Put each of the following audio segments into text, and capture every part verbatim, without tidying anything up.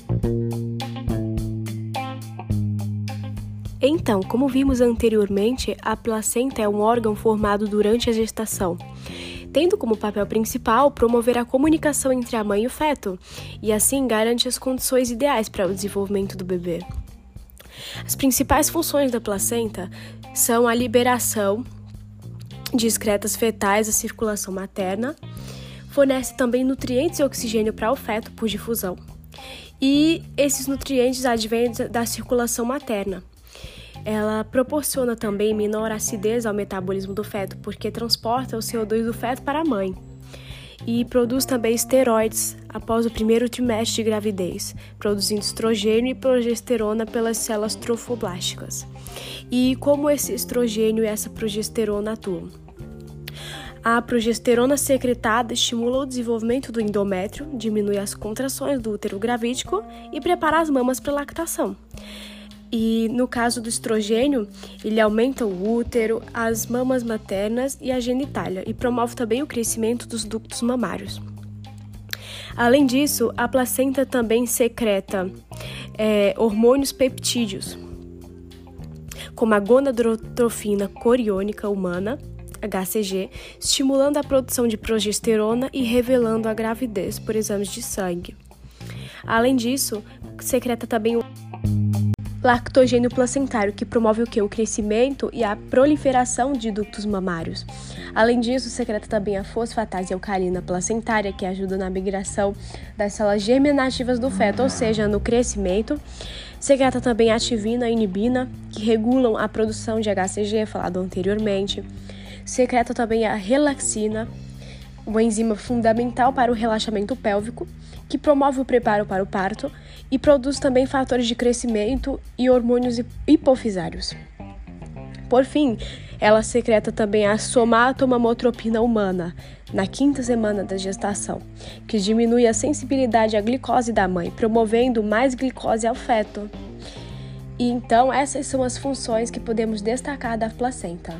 Então, como vimos anteriormente, a placenta é um órgão formado durante a gestação, tendo como papel principal promover a comunicação entre a mãe e o feto, e assim garante as condições ideais para o desenvolvimento do bebê. As principais funções da placenta são a liberação de excretas fetais à circulação materna, fornece também nutrientes e oxigênio para o feto por difusão, e esses nutrientes advêm da circulação materna. Ela proporciona também menor acidez ao metabolismo do feto, porque transporta o C O dois do feto para a mãe. E produz também esteroides após o primeiro trimestre de gravidez, produzindo estrogênio e progesterona pelas células trofoblásticas. E como esse estrogênio e essa progesterona atuam? A progesterona secretada estimula o desenvolvimento do endométrio, diminui as contrações do útero gravídico e prepara as mamas para a lactação. E no caso do estrogênio, ele aumenta o útero, as mamas maternas e a genitália e promove também o crescimento dos ductos mamários. Além disso, a placenta também secreta é, hormônios peptídeos, como a gonadotrofina coriônica humana, H C G, estimulando a produção de progesterona e revelando a gravidez por exames de sangue. Além disso, secreta também o lactogênio placentário, que promove o que? O crescimento e a proliferação de ductos mamários. Além disso, secreta também a fosfatase alcalina placentária, que ajuda na migração das células germinativas do feto, ou seja, no crescimento. Secreta também a ativina e inibina, que regulam a produção de H C G, falado anteriormente. Secreta também a relaxina, uma enzima fundamental para o relaxamento pélvico, que promove o preparo para o parto e produz também fatores de crescimento e hormônios hipofisários. Por fim, ela secreta também a somatomamotropina humana, na quinta semana da gestação, que diminui a sensibilidade à glicose da mãe, promovendo mais glicose ao feto. E então, essas são as funções que podemos destacar da placenta.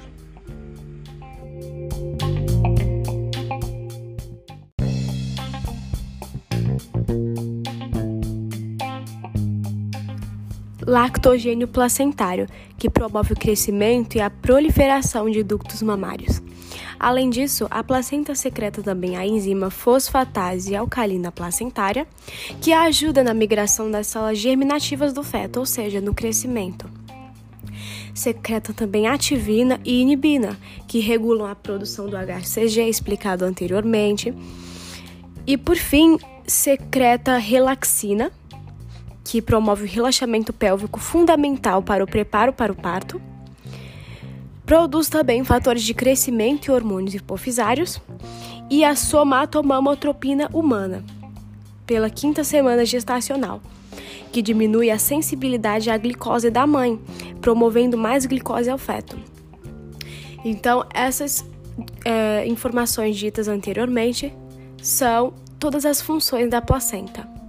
Lactogênio placentário, que promove o crescimento e a proliferação de ductos mamários. Além disso, a placenta secreta também a enzima fosfatase alcalina placentária, que ajuda na migração das células germinativas do feto, ou seja, no crescimento. Secreta também ativina e inibina, que regulam a produção do H C G, explicado anteriormente. E, por fim, secreta relaxina, que promove o relaxamento pélvico fundamental para o preparo para o parto. Produz também fatores de crescimento e hormônios hipofisários. E a somatomamotropina humana, pela quinta semana gestacional, que diminui a sensibilidade à glicose da mãe, promovendo mais glicose ao feto. Então, essas é, informações ditas anteriormente são todas as funções da placenta.